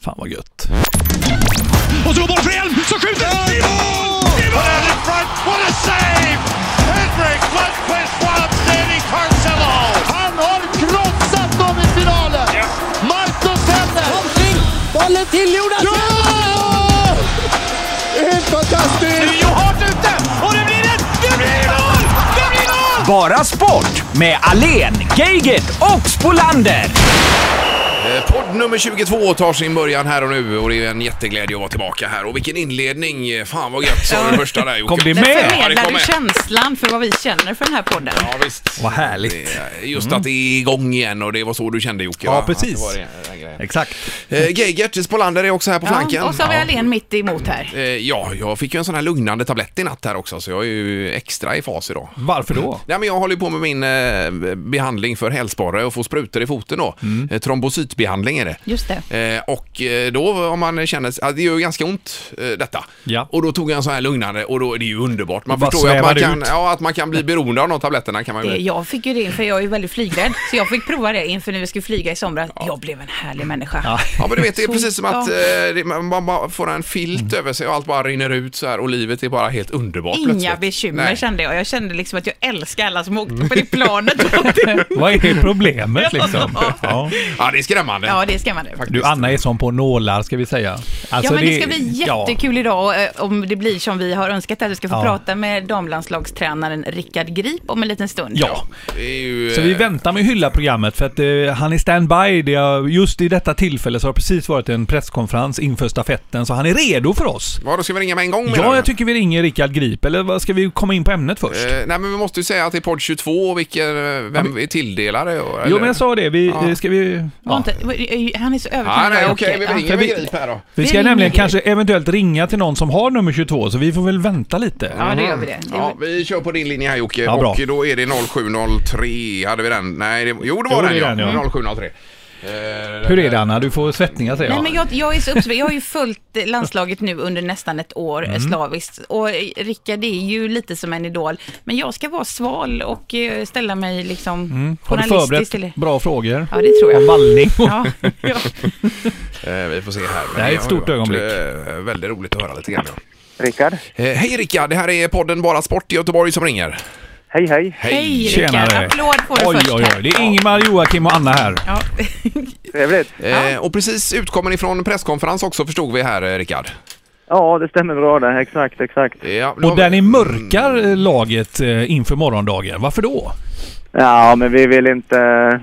Fan vad gött. Och så går boll för Elm, så skjuter i mål! What a save! Henrik Lundqvist, what outstanding Carcelo! Han har krossat dem i finalen! Ja. Marcus Helle! Bollen till Jonas! Ja! Helt fantastiskt! Jo, hårt ute! Och det blir mål! Det blir mål! Bara sport med Alen, Geigert och Spolander. Podd nummer 22 tar sin början här och nu och det är en jätteglädje att vara tillbaka här. Och vilken inledning, fan vad gött sa den första där, Jocke. Kom det Den med? förmedlar du känslan för vad vi känner för den här podden. Ja visst. Vad härligt. Just att det är igång igen och det var så du kände, Jocke. Ja, va? precis. Att det var den grejen. Exakt. Geigert Spolander är också här på flanken. Ja, och så har vi Alen mitt emot här. Ja, jag fick ju en sån här lugnande tablett i natt här också, så jag är ju extra i fas idag. Varför då? Ja, men jag håller på med min behandling för hälsporre och får sprutor i foten då. Trombocytbehandling är det. Just det. Och då om man känner att det gör ganska ont detta. Ja. Och då tog jag en sån här lugnande och då är det ju underbart. Man Bara förstår ju att man svävar kan, ut. att man kan bli beroende av de tabletterna kan man ju. Jag fick ju det för jag är ju väldigt flygrädd. Så jag fick prova det inför när vi skulle flyga i somras. Jag blev en härlig människa. Ja. Ja, men du vet, det är Så- precis som att ja. man bara får en filt över sig och allt bara rinner ut så här och livet är bara helt underbart Inga plötsligt. bekymmer Nej. kände jag. Jag kände liksom att jag älskar alla som åkte på det planet. Vad är problemet liksom? Ja. Ja, det är skrämmande. Ja, det ska man det. Du, Anna är som på nålar ska vi säga. Alltså, Ja, men det ska bli jättekul idag om det blir som vi har önskat att vi ska få Ja. prata med damlandslagstränaren Rickard Grip om en liten stund. Ja. Det är ju, Så vi väntar med att hylla programmet för att han är standby. Just i detta tillfälle så har det precis varit en presskonferens inför stafetten så han är redo för oss. då ska vi ringa med en gång? Ja, jag tycker vi ringer Rickard Grip. Eller vad ska vi komma in på ämnet först? Nej, men vi måste ju säga att det är podd 22 och vem vi är tilldelare. Jo, men jag sa det. Ska vi... Var Ja. inte, han är så övertygad. Ja, nej, Jag okej, vi åker. ringer För med vi- Grip här då. Vi ska Vi nämligen ringer kanske eventuellt ringa till någon som har nummer 22 så vi får väl vänta lite. Ja, det gör vi det. Ja, vi kör på din linje här, Jocke. Ja, bra. Och då är det 0703. Hade vi den? Nej, det var Jo, den, det är den, ja. 0703. Hur är det, Anna? Du får svettningar säger Nej, jag. men jag är så uppsvälld. Jag har ju följt landslaget nu under nästan ett år slaviskt. Och Rickard är ju lite som en idol. Men jag ska vara sval och ställa mig liksom Har du journalistiskt. förberett bra frågor? Ja, det tror jag. Om vallning? Ja, ja. Vi får se här. Det här är ett stort ögonblick. Väldigt roligt att höra lite grann. Rickard. Hej Rickard, det här är podden Bara Sport i Göteborg som ringer. Hej, hej. Hej Tjenare. Rickard, applåd får du Oj, först oj, här. oj. Det är Ingemar, Joakim och Anna här. Ja. Trevligt. Och precis utkommen ifrån presskonferens också förstod vi här, Rickard. Ja, det stämmer bra det. Exakt. Ja, Och där ni mörkar laget inför morgondagen. Varför då? Ja, men vi vill inte...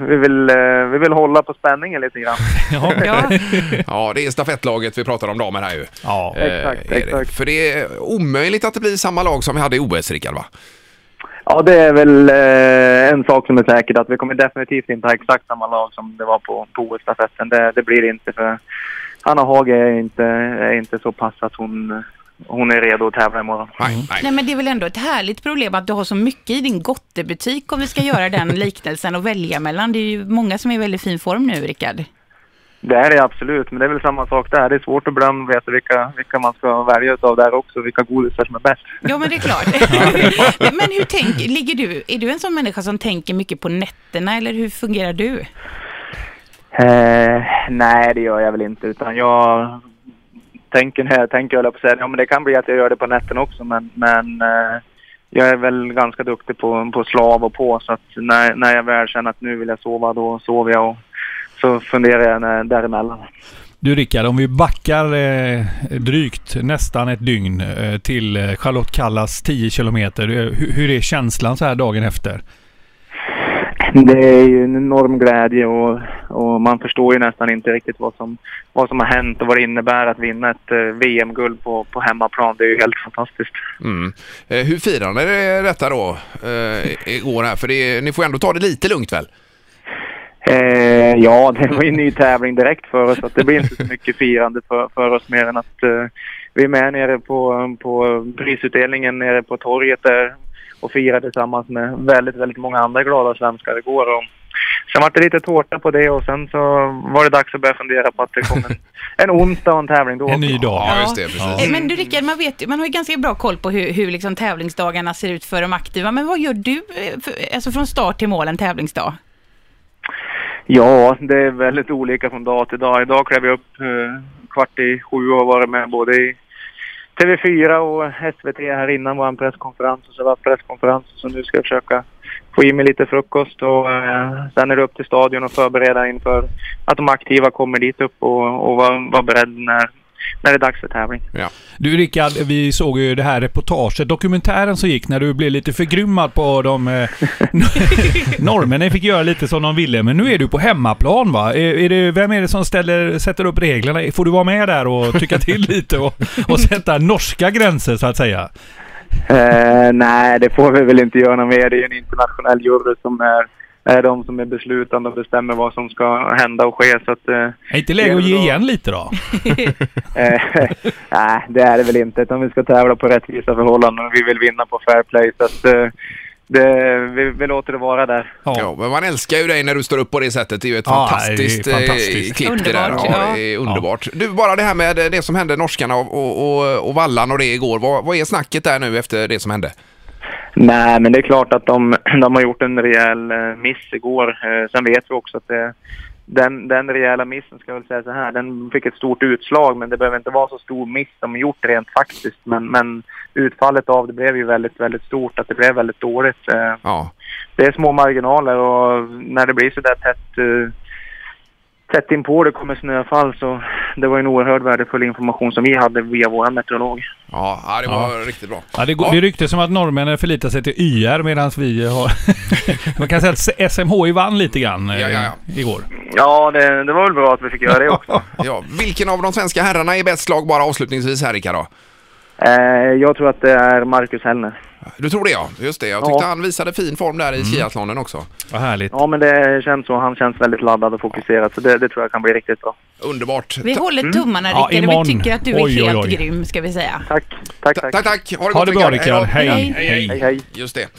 Vi vill hålla på spänningen lite grann. Ja. Ja, det är stafettlaget vi pratar om damer här ju. Ja. Exakt, Är det. exakt. För det är omöjligt att det blir samma lag som vi hade i OS, Rickard, va? Ja, det är väl en sak som är säkert att vi kommer definitivt inte ha exakt samma lag som det var på OS-stafetten. Det blir det inte för Hanna Hage är inte så pass att hon är redo att tävla imorgon. Nej. Nej, men det är väl ändå ett härligt problem att du har så mycket i din gottebutik om vi ska göra den liknelsen och välja mellan. Det är ju många som är i väldigt fin form nu, Rickard. Det är det absolut, men det är väl samma sak där. Det är svårt att ibland veta vilka man ska välja av där också, vilka godisar som är bäst. Ja, men det är klart. Men hur ligger du? Är du en sån människa som tänker mycket på nätterna eller hur fungerar du? Nej, det gör jag väl inte, utan jag tänker höll jag på att säga, ja, men det kan bli att jag gör det på nätten också, men jag är väl ganska duktig på slav och på, så att när jag väl känner att nu vill jag sova, då sover jag och så funderar jag däremellan. Du Rickard, om vi backar drygt nästan ett dygn till Charlotte Kallas 10 kilometer. Hur är känslan så här dagen efter? Det är ju en enorm glädje och man förstår ju nästan inte riktigt vad som har hänt och vad det innebär att vinna ett VM-guld på hemmaplan. Det är ju helt fantastiskt. Hur firar ni detta då igår här? För ni får ändå ta det lite lugnt väl? Ja, det var ju en ny tävling direkt för oss, så att det blir inte så mycket firande för oss mer än att vi är med nere på prisutdelningen nere på torget där och firade tillsammans med väldigt, väldigt många andra glada svenskar igår. Och sen var det lite tårta på det och sen så var det dags att börja fundera på att det kom en onsdag och en tävling då. En ny dag. Ja, just det, precis. Men du Rickard, man har ju ganska bra koll på hur liksom tävlingsdagarna ser ut för de aktiva. Men vad gör du alltså från start till mål en tävlingsdag? Ja, det är väldigt olika från dag till dag. Idag klev jag upp 6:45 och varit med både i TV4 och SVT här innan var en presskonferens och så var presskonferens. Så nu ska jag försöka få i mig lite frukost och sen är det upp till stadion och förbereda inför att de aktiva kommer dit upp och vara beredd när det är dags för tävling. Ja. Du Rickard, vi såg ju det här reportaget, dokumentären som gick när du blev lite förgrymmad på de norrmännen fick göra lite som de ville, men nu är du på hemmaplan va? Vem är det som sätter upp reglerna? Får du vara med där och tycka till lite och sätta norska gränser så att säga? Nej, det får vi väl inte göra med. Det är en internationell jury som är de som är beslutande och bestämmer vad som ska hända och ske. Så att, är inte läge att ge igen lite då? Nej, det är det väl inte. Utan vi ska tävla på rättvisa förhållanden och vi vill vinna på fair play. Så att, vi låter det vara där. Ja, men man älskar ju dig när du står upp på det sättet. Det är ju ett fantastiskt klipp underbart, det där. Ja, det är underbart. Du, bara det här med det som hände norskarna och Vallan och det igår. Vad är snacket där nu efter det som hände? Nej, men det är klart att de har gjort en rejäl miss igår. Sen vet vi också att den rejäla missen, ska jag väl säga så här, den fick ett stort utslag, men det behöver inte vara så stor miss som gjort rent faktiskt. Men utfallet av det blev ju väldigt, väldigt stort, att det blev väldigt dåligt. Ja. Det är små marginaler och när det blir så där tätt in på det kommer snöfall, så det var en oerhört värdefull information som vi hade via vår meteorolog. Ja, det var riktigt bra. Ja, det ryktes som att norrmännen förlitar sig till YR medan vi har... Man kan säga att SMHI vann lite grann igår. Ja, det var väl bra att vi fick göra det också. Ja, vilken av de svenska herrarna är bäst slag bara avslutningsvis här, Rickard då? Jag tror att det är Marcus Hellner. Du tror det, ja. Just det. Jag tyckte han visade fin form där i skiathlonen också. Vad härligt. Ja, men det känns så. Han känns väldigt laddad och fokuserad. Så det tror jag kan bli riktigt bra. Underbart. Vi håller tummarna, Rickard. Vi tycker att du är helt grym, ska vi säga. Tack. Ha det bra, Rickard. Hej. Just det.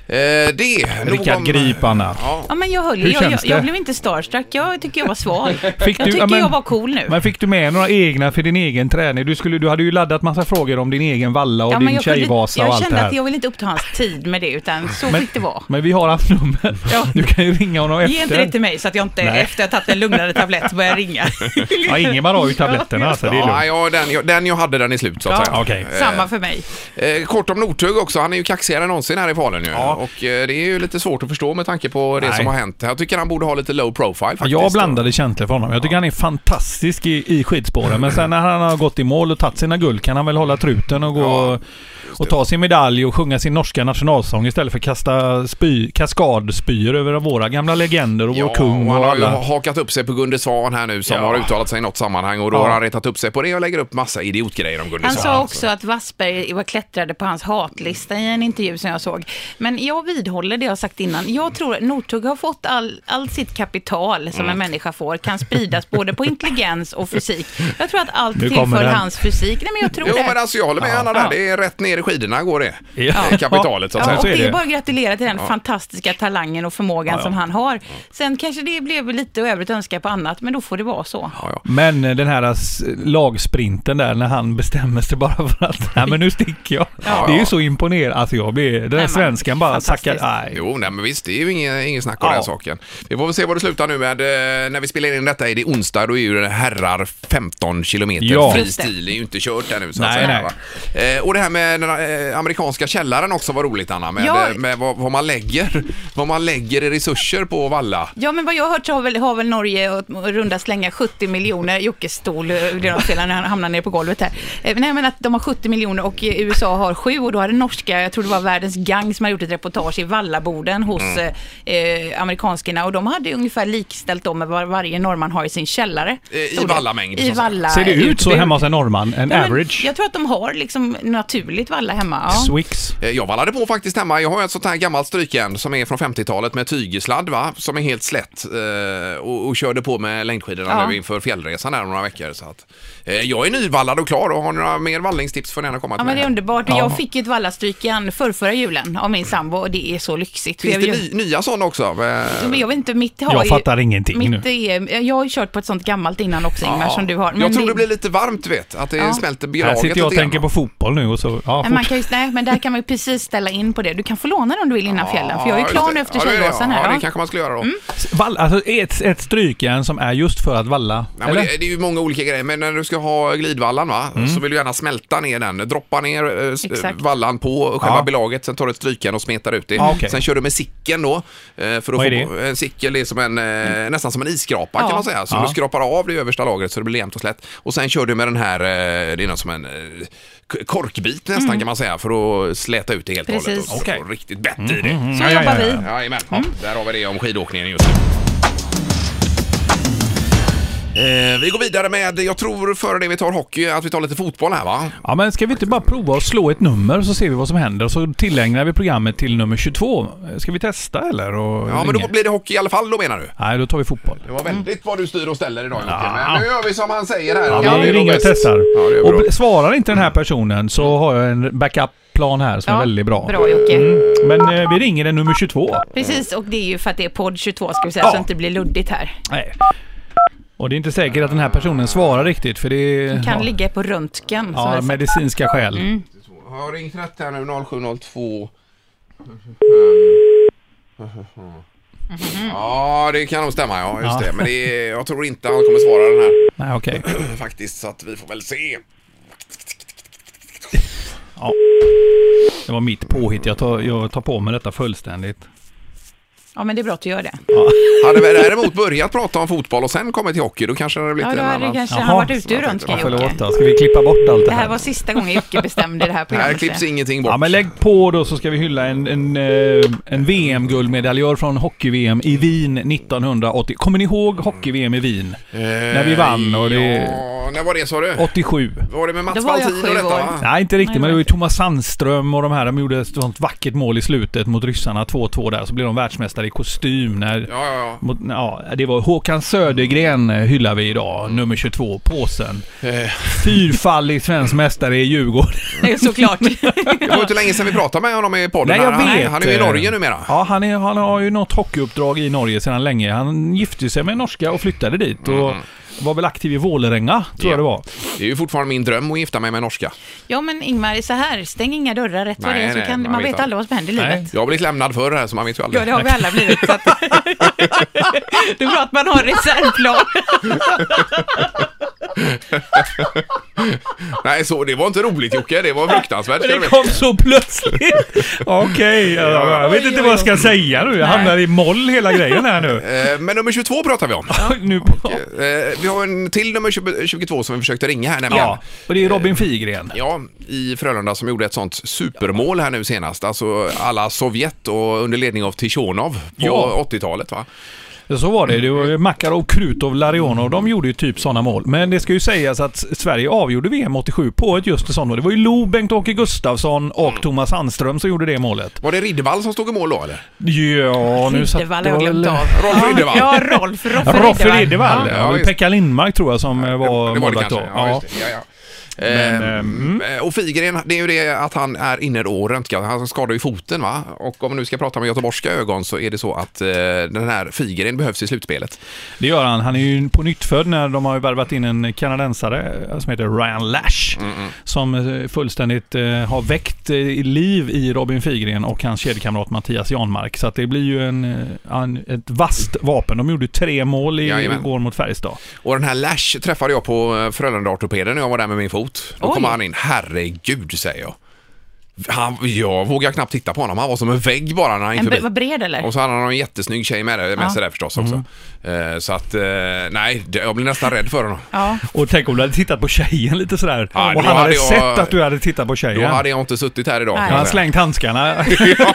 Rickard Griparna. Ja, men jag blev inte starstruck. Jag tycker jag var sval. Jag var cool nu. Men fick du med några egna för din egen träning? Du hade ju laddat massa frågor om din egen Valla och din tjejvasa och allt det här. Jag kände att jag vill inte uppta hans tid med det, utan så fick det vara. Men vi har hans nummer. Ja. Du kan ju ringa honom efter. Ge inte det till mig så att jag inte efter att ha tagit en lugnare tablett börjar ringa. Ja, Ingemar har ju tabletterna. Alltså, det är den jag hade den i slut så att säga. Okay. Samma för mig. Kort om Northug också. Han är ju kaxigare än någonsin här i Falun ju. Ja. Och det är ju lite svårt att förstå med tanke på det som har hänt. Jag tycker han borde ha lite low profile faktiskt. Jag blandade känslor för honom. Jag tycker han är fantastisk i skidspåren. Men sen när han har gått i mål och tagit sina guld kan han väl hålla truten och gå och ta sin medalj och sjunga sin norska nationalsång istället för att kasta kaskadspyr över våra gamla legender och vår kung. Och han har ju alla. hakat upp sig på Gunde Svan här nu som har uttalat sig i något sammanhang och då har han retat upp sig på det och lägger upp massa idiotgrejer om Gunde Svan. Han sa också att Wassberg var klättrade på hans hatlista i en intervju som jag såg. Men jag vidhåller det jag sagt innan. Jag tror att Northug har fått all sitt kapital som en människa får kan spridas både på intelligens och fysik. Jag tror att allt tillför hans fysik. Nej, men jag tror det. Men alltså jag håller med Anna där. Det är rätt ner i skidorna går det. Kapitalet så att säga. Och det är bara att gratulera till den fantastiska talangen och förmågan som han har. Sen kanske det blev lite övrigt önska på annat, men då får det vara så. Men den här lagsprinten där när han bestämmer sig bara för att nej, men nu sticker jag. Det är ju så imponerande. Alltså jag blir den där svenskan bara sackar. Jo, nej men visst, det är ju ingen snack om den saken. Vi får väl se vad det slutar nu med när vi spelar in detta. Är det onsdag, då är ju det herrar 15 kilometer fri stil. Det är ju inte kört där nu så att säga. Och det här med den amerikanska källaren också var roligt, Anna, med vad man lägger i resurser på Valla. Ja, men vad jag har hört så har väl Norge och runda slänga 70 miljoner Jockes stol det de spelar när han hamnar ner på golvet här. Nej, men att de har 70 miljoner och USA har 7 och då har det norska, jag tror det var Världens Gang som har gjort ett reportage i Vallaboden hos amerikanskarna och de hade ungefär likställt dem med vad varje norrman har i sin källare. I Vallamängd. I Valla. Ser det ut så hemma hos en norrman? En average? Jag tror att de har liksom naturligt Valla hemma. Ja. Swix. Jag vallade på faktiskt hemma. Jag har ett sånt här gammalt strykjärn som är från 50-talet med tygesladd som är helt slätt och körde på med längdskidorna nu inför fjällresan här om några veckor. Så att, jag är nyvallad och klar och har några mer vallningstips för ni gärna komma till Ja, men det är mig. underbart. Jag fick ju ett vallastrykan förra julen av min sambo och det är så lyxigt. Finns det nya sådana också? Men jag vet inte, mitt har Jag fattar ingenting nu. Jag har ju kört på ett sånt gammalt innan också, Ingmar, som du har. Men jag tror det blir lite varmt, vet. Att det smälter biraget. Här sitter jag och tänker på fotboll nu och så... Ja, men där kan man ju precis ställa in på det. Du kan få låna den om du vill innan fjällen, för jag är ju klar nu efter Tjejvasan här. Ja, det kanske man skulle göra då. Alltså ett strykjärn som är just för att valla. Ja, men det är ju många olika grejer, men när du ska ha glidvallan så vill du gärna smälta ner den. Droppa ner vallan på själva belaget, sen tar du ett strykjärn och smetar ut det. Sen kör du med sicken då. För att få en sickel är som nästan som en isskrapa kan man säga. Så du skrapar av det översta lagret så det blir jämnt och slätt. Och sen kör du med den här, det är något som en korkbit nästan kan man säga, för att släta ut det helt och hållet. Och få riktigt bett i det. Så jobbar vi. Jajamän. Där har vi det om skidåkningen just nu. Vi går vidare med, jag tror före det vi tar hockey, att vi tar lite fotboll här, va? Ja, men ska vi inte bara prova att slå ett nummer så ser vi vad som händer och så tillägnar vi programmet till nummer 22. Ska vi testa eller? Men då blir det hockey i alla fall då, menar du? Nej, då tar vi fotboll. Det var väldigt vad du styr och ställer idag, men nu gör vi som han säger här. Ja, vi ringer och testar. Och svarar inte den här personen så har jag en backup-plan här som är väldigt bra. Bra, Jocke. Men vi ringer den nummer 22. Precis, och det är ju för att det är podd 22 ska vi säga, så det inte blir luddigt här. Nej. Och det är inte säkert att den här personen svarar riktigt, för det kan ligga på röntgen. Ja, medicinska skäl. Jag har ringt rätt här nu, 0702. Ja, det kan nog stämma, just det. Men jag tror inte han kommer svara den här. Nej, okej. Faktiskt, så att vi får väl se. Ja. Det var mitt påhitt. Jag tar på mig detta fullständigt. Ja, men det är bra att du gör det. Ja. Hade vi däremot börjat prata om fotboll och sen kommit till hockey, då kanske det hade blivit en annan. Ja, det kanske har varit ute ur röntgen, Jocke. Ska vi klippa bort allt det här? Det här var sista gången Jocke bestämde det här programmet. Här klipps ingenting bort. Ja, men lägg på då, så ska vi hylla en VM-guldmedaljör från hockey-VM i Wien 1980. Kommer ni ihåg hockey-VM i Wien? När vi vann och det... När var det, sa du? 87. Var det med Mats Valtin och detta, va? Nej, inte riktigt, men det var ju Thomas Sandström och de här, de gjorde ett sånt vackert mål i slutet mot ryssarna, 2-2 där, så blev de världsmästare i kostym. Det var Håkan Södergren hyllar vi idag, nummer 22, påsen. Fyrfallig svensk mästare i Djurgården. Det är såklart. Det var inte länge sedan vi pratade med honom i podden. Nej, jag vet. Han är ju i Norge numera. Ja, han har ju något hockeyuppdrag i Norge sedan länge. Han gifte sig med en norska och flyttade dit och var väl aktiv i Vålerenga, tror jag det var. Det är ju fortfarande min dröm att gifta mig med en norska. Ja, men Ingmar, så här, stäng inga dörrar rätt vad det är, så kan man vet aldrig vad som händer i livet. Jag har blivit lämnad förr här, så man vet ju aldrig. Ja, det har vi alla blivit. Så att... det är bra att man har reservplan. Nej, så det var inte roligt, Jocke. Det var fruktansvärt. Men det kom så plötsligt. Okej, jag vet inte vad jag ska säga nu. Jag hamnar i moll hela grejen här nu. Men nummer 22 pratar vi om. Vi har en till nummer 22 som vi försökte ringa här nämligen. Ja, och det är Robin Figren. Ja, i Frölunda, som gjorde ett sånt supermål här nu senast. Alltså alla Sovjet och under ledning av Tichonov på 80-talet, va? Så var det. Det var Makarov, Krutov, Larionov. De gjorde ju typ sådana mål. Men det ska ju sägas att Sverige avgjorde VM 87 på ett just sånt mål. Det var ju Lo, Bengt-Åke Gustafsson och Thomas Sandström som gjorde det målet. Var det Riddervall som stod i mål då, eller? Ja, nu satt Riddervall har jag glömt av. Rolf Riddervall. Ja, Rolf Riddervall. Ja, Pekka Lindmark tror jag som var målvakt då. Ja. Och Figren, det är ju det att han är inne och röntgar. Han skadar ju foten, va? Och om vi nu ska prata med göteborgska ögon, så är det så att den här Figren behövs i slutspelet. Det gör han. Han är ju på nyttfödd när de har värvat in en kanadensare som heter Ryan Lash som fullständigt har väckt liv i Robin Figren och hans kedjekamrat Mattias Janmark. Så att det blir ju ett vasst vapen. De gjorde 3 mål igår mot Färjestad. Och den här Lash träffade jag på Frölunda-ortopeden när jag var där med min fot. Då kom han in. Herregud, säger jag. Jag vågar knappt titta på honom. Han var som en vägg bara när han gick förbi. Var bred, eller? Och så hade han en jättesnygg tjej med sig där förstås också. Så att, nej, jag blir nästan rädd för honom. Ja. Och tänk om du hade tittat på tjejen lite sådär. Ja, och han hade sett att du hade tittat på tjejen. Då hade jag inte suttit här idag. Han hade slängt handskarna.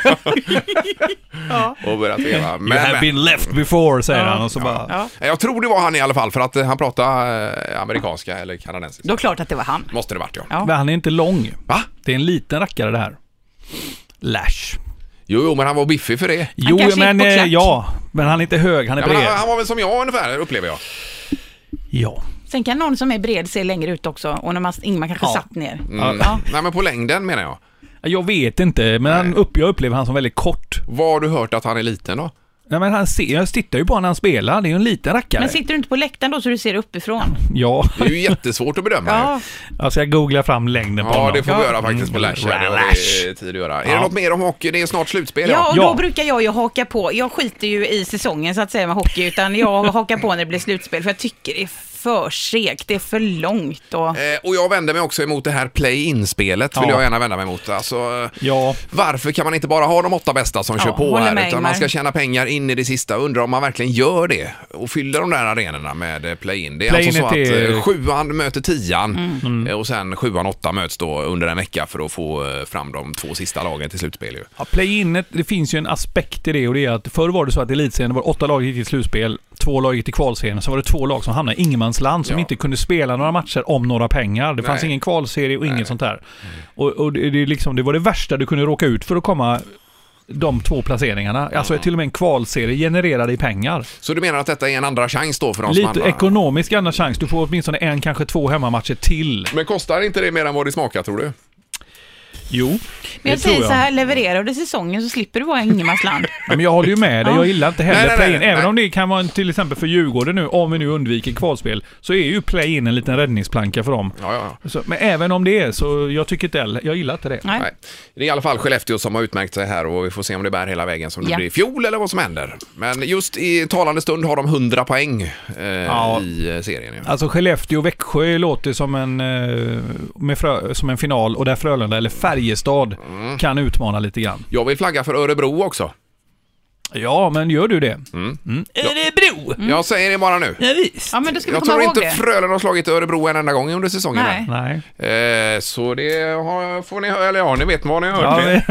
Och börjat veva. You have been left before, säger han. Och så bara... Jag tror det var han i alla fall, för att han pratar amerikanska eller kanadensiska. Då klart att det var han. Måste det varit, ja. Men han är inte lång. Va? Det är en liten rackare det här. Lash. Jo, men han var biffig för det. Men han är inte hög, han är bred. Han var väl som jag ungefär, upplever jag. Ja. Sen kan någon som är bred se längre ut också och när Ingmar kanske satt ner. Ja. Nej, men på längden menar jag. Jag vet inte, men jag upplever han som väldigt kort. Vad har du hört att han är liten då? Nej, men jag tittar ju på när han spelar. Det är ju en liten rackare. Men sitter du inte på läktaren då så du ser uppifrån? Ja. Det är ju jättesvårt att bedöma. Ja. Alltså jag googlar fram längden på honom. Ja, det får vi göra faktiskt på Lash. Det har vi tid att göra. Är det något mer om hockey? Det är snart slutspel. Ja, och då brukar jag ju haka på. Jag skiter ju i säsongen så att säga med hockey, utan jag hakar på när det blir slutspel. För jag tycker det är för segt, det är för långt. Och jag vänder mig också emot det här play-in-spelet. Vill jag gärna vända mig emot. Alltså, varför kan man inte bara ha de 8 bästa som kör på här? Utan man ska tjäna pengar in i det sista. Undrar om man verkligen gör det. Och fyller de där arenorna med play-in. Det är alltså så att 7an möter 10an. Och sen 7an 8 möts då under en vecka för att få fram de 2 sista lagen till slutspel. Ju. Ja, play-in, det finns ju en aspekt i det. Och det är att förr var det så att elitserien var 8 lag gick till slutspel. 2 lag gick till kvalserien. Så var det 2 lag som hamnade i ingenmansland som inte kunde spela några matcher om några pengar. Det fanns ingen kvalserie och inget sånt där. Och det var det värsta du kunde råka ut för att komma de 2 placeringarna. Alltså till och med en kvalserie genererade i pengar. Så du menar att detta är en andra chans då för de lite ekonomisk andra chans. Du får åtminstone kanske 2 hemmamatcher till. Men kostar inte det mer än vad det smakar, tror du? Jo, men jag säger så här, levererar under säsongen så slipper du vara ingenmansland. Ja, men jag håller ju med dig, jag gillar inte heller play-in. Även om det kan vara till exempel för Djurgården nu, om vi nu undviker kvalspel, så är ju play-in en liten räddningsplanka för dem. Så, men även om det är så, jag gillar inte det. Nej. Det är i alla fall Skellefteå som har utmärkt sig här och vi får se om det bär hela vägen som det blir i fjol eller vad som händer. Men just i talande stund har de 100 poäng i serien. Ja. Alltså Skellefteå och Växjö låter som som en final och där Frölunda eller Färjestad kan utmana lite grann. Jag vill flagga för Örebro också. Ja, men gör du det? Örebro! Jag säger det bara nu. Ja, visst. Ja, men då ska vi jag komma tror ihåg inte Frölunda har slagit Örebro en enda gång under säsongen. Nej. Så det får ni höra, eller ni vet vad ni har hört det.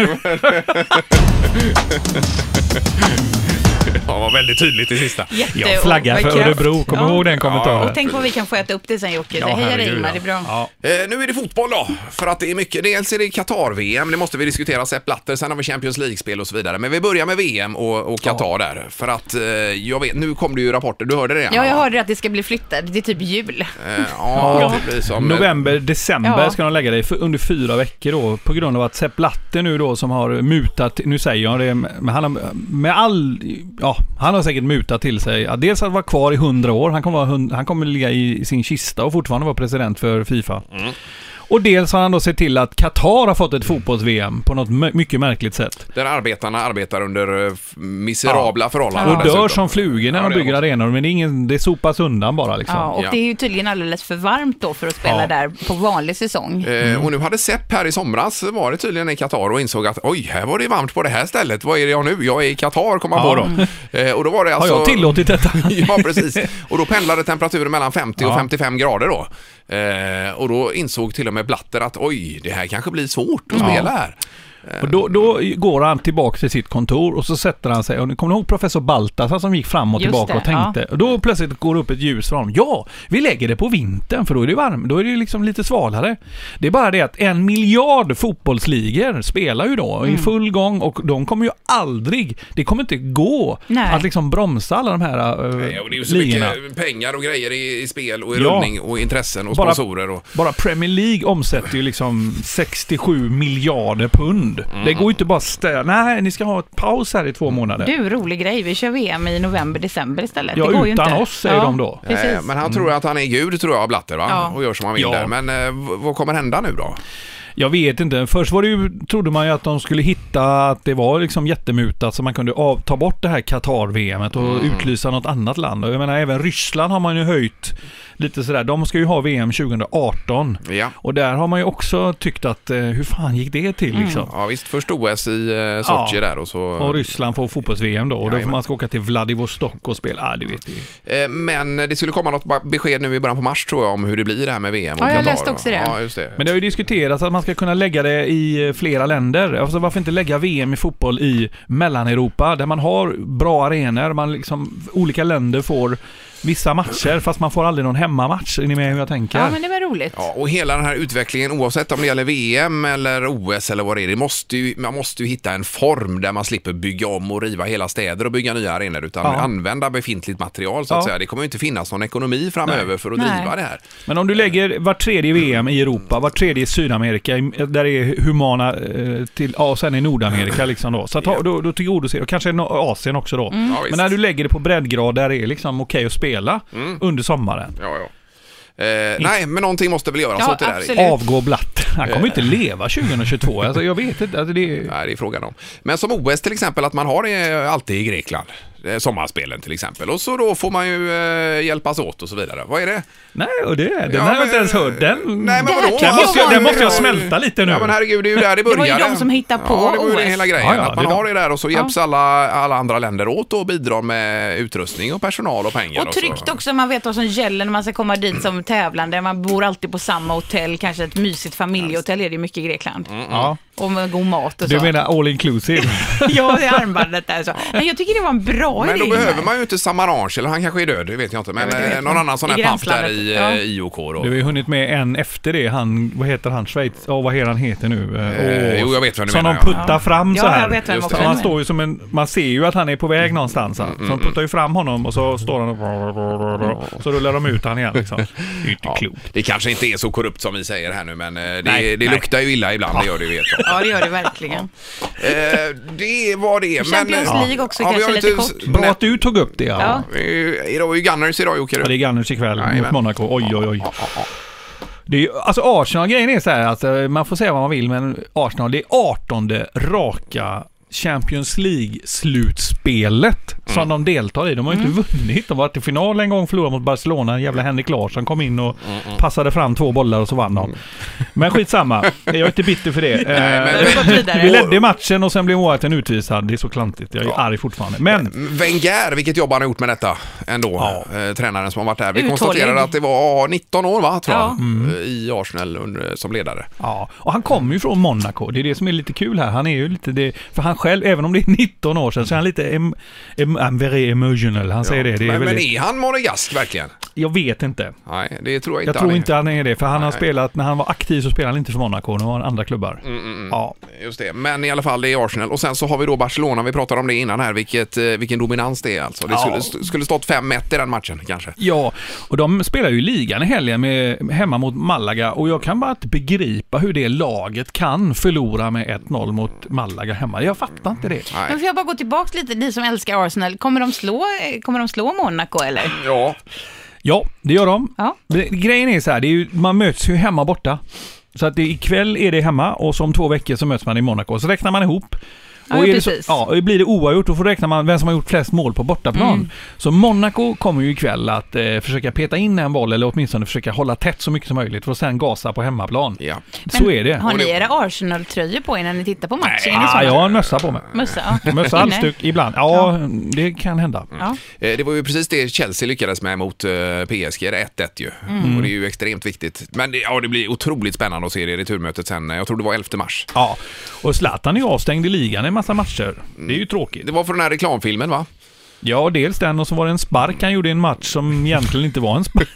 Ja, var väldigt tydligt i sista. Jag flaggar för Örebro, kom ihåg den kommentaren. Och tänk vad vi kan få äta upp det sen, Jocke. Hej Reimar, det är bra. Ja. Nu är det fotboll då, för att det är mycket. Dels är det Qatar-VM, det måste vi diskutera, Sepp Blatter, sen har vi Champions League-spel och så vidare. Men vi börjar med VM och Qatar där. För att jag vet, nu kom det ju rapporter, du hörde det redan? Ja, jag hörde att det ska bli flyttat, det är typ jul. Det blir som november, december ska de lägga det under 4 veckor då, på grund av att Sepp Blatter nu då som har mutat, nu säger jag det, men han har säkert mutat till sig. Dels att vara kvar i 100 år. Han kommer ligga i sin kista och fortfarande vara president för FIFA. Och dels har han då sett till att Qatar har fått ett fotbolls-VM på något mycket märkligt sätt. Där arbetarna arbetar under miserabla förhållanden. Och dör som flugor när de bygger arenor, men det sopas undan bara liksom. Ja, och det är ju tydligen alldeles för varmt då för att spela där på vanlig säsong. Och nu hade Sepp här i somras var det tydligen i Qatar och insåg att här var det varmt på det här stället. Vad är det jag nu? Jag är i Qatar, kommer på då. Och då var det alltså... Har jag tillåtit detta? Ja, precis. Och då pendlade temperaturen mellan 50 och 55 grader då. Och då insåg till och med Blatter att det här kanske blir svårt att spela här. Och då går han tillbaka till sitt kontor och så sätter han sig, och kommer ni ihåg professor Baltasar som gick fram och tillbaka och tänkte, och då plötsligt går upp ett ljus för honom. Ja, vi lägger det på vintern för då är det varmt, då är det liksom lite svalare. Det är bara det att 1 miljard fotbollsligor spelar ju då i full gång och de kommer ju aldrig, det kommer inte gå att liksom bromsa alla de här och det är ju så ligorna. Mycket pengar och grejer i spel och i rullning och intressen och sponsorer. Bara Premier League omsätter ju liksom 67 miljarder pund. Det går ju inte bara nej, ni ska ha ett paus här i 2 månader. Du, rolig grej. Vi kör VM i november, december istället. Ja, det går utan ju inte. Oss säger de då. Men han tror att han är gud, tror jag, Blatter, va? Och gör som han vill där. Men vad kommer hända nu då? Jag vet inte. Först trodde man ju att de skulle hitta att det var liksom jättemutat så man kunde ta bort det här Qatar-VMet och utlysa något annat land. Och jag menar, även Ryssland har man ju höjt lite sådär. De ska ju ha VM 2018. Ja. Och där har man ju också tyckt att hur fan gick det till liksom? Ja visst, först OS i Sochi där och så... Och Ryssland får fotbolls-VM då. Och då får man ska åka till Vladivostok och spela. Det vet vi. Men det skulle komma något besked nu i början på mars tror jag om hur det blir det här med VM och Qatar. Ja, jag läste också det. Ja, just det. Men det har ju diskuterats att man ska kunna lägga det i flera länder. Alltså varför inte lägga VM i fotboll i Mellaneuropa där man har bra arenor, man liksom olika länder får vissa matcher, fast man får aldrig någon hemmamatch. Är ni med hur jag tänker? Ja, men det var roligt. Ja, och hela den här utvecklingen, oavsett om det gäller VM eller OS eller vad det är, man måste ju hitta en form där man slipper bygga om och riva hela städer och bygga nya arenor, utan använda befintligt material så att säga. Det kommer ju inte finnas någon ekonomi framöver för att driva det här. Men om du lägger var tredje VM i Europa, var tredje i Sydamerika, där det är humana och sen i Nordamerika liksom då. Så att, då tillgodoser, och kanske Asien också då. Men när du lägger det på breddgrad där det är liksom okej att spela under sommaren. Nej, men någonting måste väl göras åt det där. Avgå Blatt. Han kommer inte leva 2022. Alltså, jag vet inte. Alltså, Nej, det är frågan om. Men som OS till exempel, att man har det alltid i Grekland. Sommarspelen till exempel. Och så då får man ju hjälpas åt och så vidare. Vad är det? Nej, och den har jag inte ens hört. Nej, men vadå? Den måste jag smälta lite nu. Ja, men herregud, det är ju där det började. Det var ju de som hittade på OS. Det var hela grejen. Att man har det där och så hjälps alla andra länder åt och bidrar med utrustning och personal och pengar. Och tryggt också, man vet vad som gäller när man ska komma dit som tävlande. Man bor alltid på samma hotell, kanske ett mysigt familjehotell är det mycket i Grekland. Och med god mat och så. Du menar all inclusive? Ja, det är armbandet där så. Men jag tycker det var en bra idé. Men då behöver man ju inte Samarange, eller han kanske är död, det vet jag inte. Men någon annan sån här papp där i IOK då. Du har ju hunnit med en efter det. Vad heter han? Schweiz? Vad heter nu? Jo, jag vet vad du menar. Som de puttar fram så här. Jag vet vem han står ju som man ser ju att han är på väg någonstans. Så de puttar ju fram honom och så står han och så rullar de ut han igen liksom. Det är inte klokt. Det kanske inte är så korrupt som vi säger här nu, men det luktar ju illa ibland, det gör det ju. Ja, det gör det verkligen. Det var det. Champions League också kanske lite kort. Bra att du tog upp det. Ja. Idag är ju Gunners idag, Jocke. Ja, det är Gunners ikväll mot Monaco. Oj. Det är ju, alltså Arsenal-grejen är så här, alltså, man får säga vad man vill, men Arsenal, det är 18:e raka Champions League-slutspelet som de deltar i. De har ju inte vunnit. De var i final en gång, förlorade mot Barcelona. En jävla Henrik Larsson kom in och passade fram 2 bollar och så vann de. Men skitsamma. Jag är inte bitter för det. Vi ledde matchen och sen blev Moaten utvisad. Det är så klantigt. Jag är arg fortfarande. Men Wenger, vilket jobb han har gjort med detta ändå. Tränaren som har varit där. Vi konstaterade att det var 19 år, va, tror jag, i Arsenal som ledare. Ja, och han kommer ju från Monaco. Det är det som är lite kul här. Han är ju lite det, för han själv, även om det är 19 år sedan, så är han lite I'm very emotional. Han säger det. Men är han monegask verkligen? Jag vet inte. Nej, det tror jag inte. Jag tror inte han är det, för han har spelat, när han var aktiv så spelade han inte för Monaco, nu har han andra klubbar. Ja. Just det, men i alla fall det är Arsenal. Och sen så har vi då Barcelona, vi pratade om det innan här, vilken dominans det är alltså. Det skulle stått 5-1 i den matchen kanske. Ja, och de spelar ju ligan i helgen hemma mot Malaga, och jag kan bara inte begripa hur det laget kan förlora med 1-0 mot Malaga hemma. Jag fattar inte det. Nej. Men får jag bara gå tillbaka lite, ni som älskar Arsenal, kommer de slå Monaco eller? Ja, det gör de. Ja. Grejen är så här, man möts ju hemma borta. Så att ikväll är det hemma och som 2 veckor så möts man i Monaco. Så räknar man ihop. Och och blir det oavgjort, då får räkna man vem som har gjort flest mål på bortaplan. Så Monaco kommer ju ikväll att försöka peta in en boll, eller åtminstone försöka hålla tätt så mycket som möjligt för att sen gasa på hemmaplan. Ja. Så är det. Har ni era Arsenal-tröjor på er när ni tittar på matchen? Ja, jag har en mössa på mig. Mössa halvstyck ibland. Ja, det kan hända. Ja. Det var ju precis det Chelsea lyckades med mot PSG, 1-1 ju. Och det är ju extremt viktigt. Men det blir otroligt spännande att se det i returmötet sen. Jag tror det var 11 mars. Ja, och Zlatan är ju avstängd i ligan en massa matcher. Det är ju tråkigt. Det var för den här reklamfilmen, va? Ja, dels den, och så var det en spark han gjorde i en match som egentligen inte var en spark.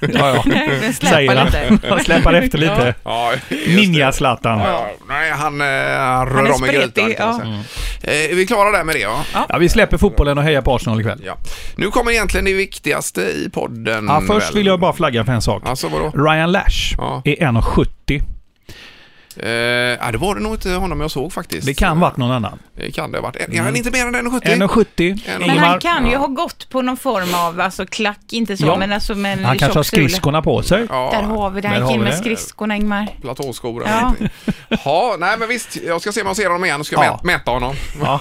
Släpar efter lite. Ja, Ninja Zlatan. Nej, han rör om i grytan. Är vi klara där med det? Ja, vi släpper fotbollen och hejar på Arsenal ikväll. Ja. Nu kommer egentligen det viktigaste i podden. Ja, först vill jag bara flagga för en sak. Alltså, vadå? Ryan Lash är 1,70. Det var det nog inte honom jag såg faktiskt. Det kan varit någon annan. Det kan det ha varit. Är han inte mer än 1,70? Men han kan ju ha gått på någon form av klack, inte så, men alltså med en han kanske har skridskorna på sig. Ja, där har vi det. Han gick in med skridskorna, Ingmar. Platåskor eller någonting. Ja, nej men visst. Jag ska se om jag ser honom igen och ska mäta honom. Ja.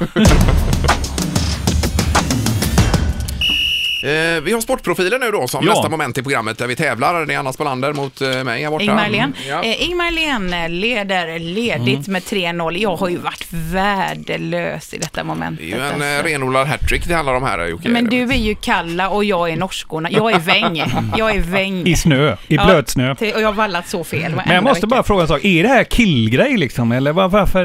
Vi har sportprofiler nu då som nästa moment i programmet där vi tävlar. Det är Anna Spolander mot mig här borta. Ingmar Len. Ingmar Len leder ledigt med 3-0. Jag har ju varit värdelös i detta moment. Det är ju en renodlad hattrick det handlar om här, Jocke. Men du är ju Kalla och jag är norskorna. Jag är Väng. I snö, i blötsnö. Och jag har vallat så fel. Men jag måste bara fråga en sak. Är det här killgrej liksom? Eller varför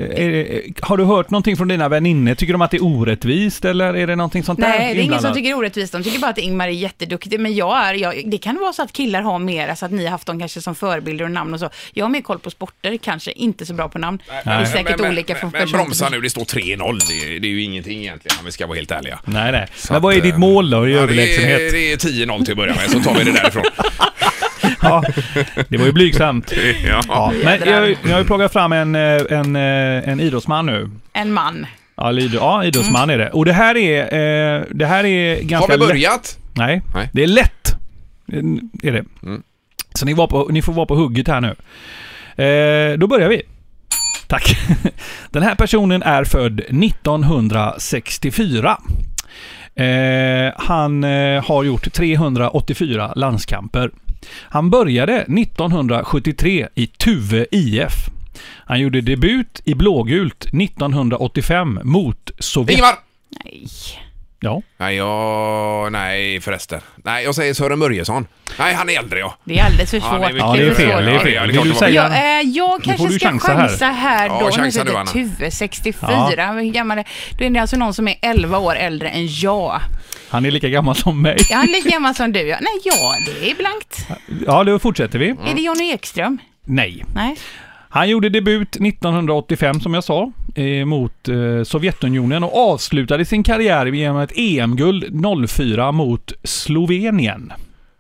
har du hört någonting från dina väninnor? Tycker de att det är orättvist? Eller är det någonting sånt där? Nej, det är ingen som tycker det är orättvist. orättvist. De tycker bara att Ingmar är jätteduktig. Men det kan vara så att killar har mer, så att ni har haft dem kanske som förebilder och namn och så. Jag har mer koll på sporter, kanske inte så bra på namn. Det är säkert olika från person. Men bromsa nu, det står 3-0. Det är ju ingenting egentligen, om vi ska vara helt ärliga. Nej. Men vad är ditt mål då i överlägsenhet? Det är 10-0 till att börja med, så tar vi det därifrån. Ja, det var ju blygsamt. Ja. Men jag har ju plockat fram en idrottsman nu. En man. Ja, idrottsman är det. Och det här är ganska. Har vi börjat? Nej, det är lätt. Är det. Så ni får vara på hugget här nu. Då börjar vi. Tack. Den här personen är född 1964. Han har gjort 384 landskamper. Han började 1973 i Tuve IF. Han gjorde debut i blågult 1985 mot Sovjet. Ingmar! Nej. Ja. Nej förresten. Nej, jag säger Sören Börjesson. Nej, han är äldre, ja. Det är alldeles för svårt. Ja, det är fel. Vill du säga? Jag kanske ska chansa här då. Chansa du, Anna. Tuve 64. Hur gammal är det? Då är det alltså någon som är 11 år äldre än jag. Han är lika gammal som mig. Ja, han är lika gammal som du. Nej, det är blankt. Ja, då fortsätter vi. Är det Johnny Ekström? Nej. Nej. Han gjorde debut 1985 som jag sa mot Sovjetunionen och avslutade sin karriär genom ett EM-guld 04 mot Slovenien.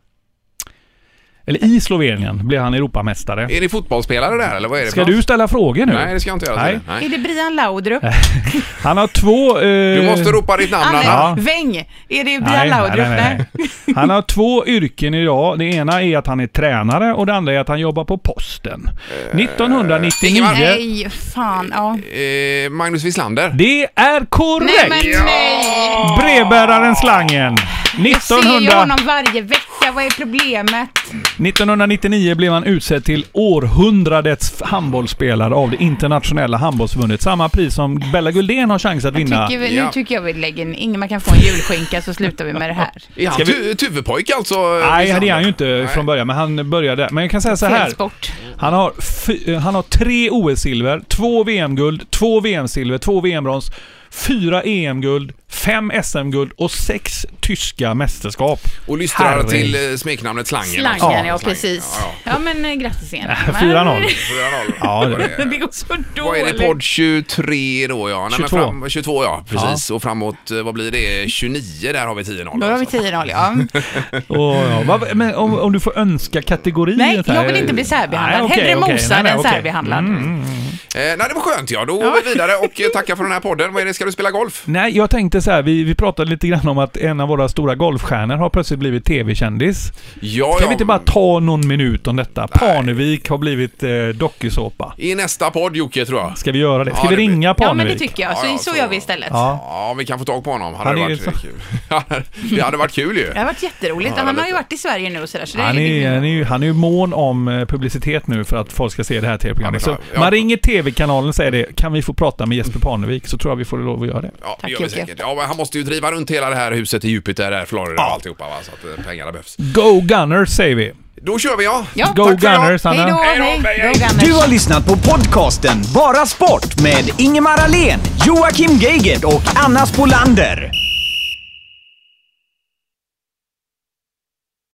Eller i Slovenien blev han Europamästare. Är det fotbollsspelare där eller vad är det? Ska du ställa frågor nu? Nej, det ska jag inte göra. Nej. Är det Brian Laudrup? Han har 2... Du måste ropa ditt namn, Anna. Ja. Väng! Är det Brian Laudrup? Nej. Han har 2 yrken idag. Det ena är att han är tränare och det andra är att han jobbar på posten. 1999... Nej, fan. Ja. Magnus Wislander. Det är korrekt! Nej. Brevbäraren Slangen. Jag ser ju honom varje vecka. Vad är problemet? 1999 blev han utsedd till århundradets handbollsspelare av det internationella handbollsförbundet. Samma pris som Bella Guldén har chans att vinna. Nu tycker jag vi lägger in. Man kan få en julskinka så slutar vi med det här. Är han Tuvepojk alltså? Nej, det är han ju inte från början. Men han började. Men jag kan säga så här. Han har 3 OS-silver, 2 VM-guld, 2 VM-silver, 2 VM-brons, 4 EM-guld, 5 SM-guld och 6 tyska mästerskap. Och lystrar till smeknamnet Slangen. Slangen, ja precis. Ja, men grattis igen. 4-0. Ja, det går så dåligt. Vad är det, podd 23 då? Ja. 22, ja. Precis. Ja. Och framåt, vad blir det? 29, där har vi 10-0. Då har vi 10-0, ja. Men om du får önska kategorier. Nej, jag vill inte bli särbehandlad. Hellre mosa än särbehandlad. Nej, det var skönt, ja. Då går vi vidare och tackar för den här podden. Vad är det? Ska du spela golf? Nej, jag tänkte så här, vi pratade lite grann om att en av våra stora golfstjärnor har plötsligt blivit tv-kändis. Ja, Ska vi inte bara ta någon minut om detta? Parnevik har blivit dokusåpa. I nästa podd, Jocke, tror jag. Ska vi göra det? Ska vi ringa Parnevik? Ja, men det tycker jag. Så gör vi istället. Ja, vi kan få tag på honom. Det hade varit kul ju. Det har varit jätteroligt. Han har ju varit i Sverige nu och sådär. Så han är ju mån om publicitet nu för att folk ska se det här tv-programmet. Så man ringer tv-kanalen och säger det. Kan vi få prata med Jesper Parnevik, så tror jag vi får lov att göra det. Ja, det gör vi säkert. Ja, han måste ju driva runt hela det här huset i Jupiter där, Florida och alltihopa, va? Så att pengarna behövs. Go Gunners, säger vi. Då kör vi, ja. Go Gunners, Anna. Hej då. Du har lyssnat på podcasten Bara Sport med Ingemar Ahlén, Joakim Geigert och Anna Spolander.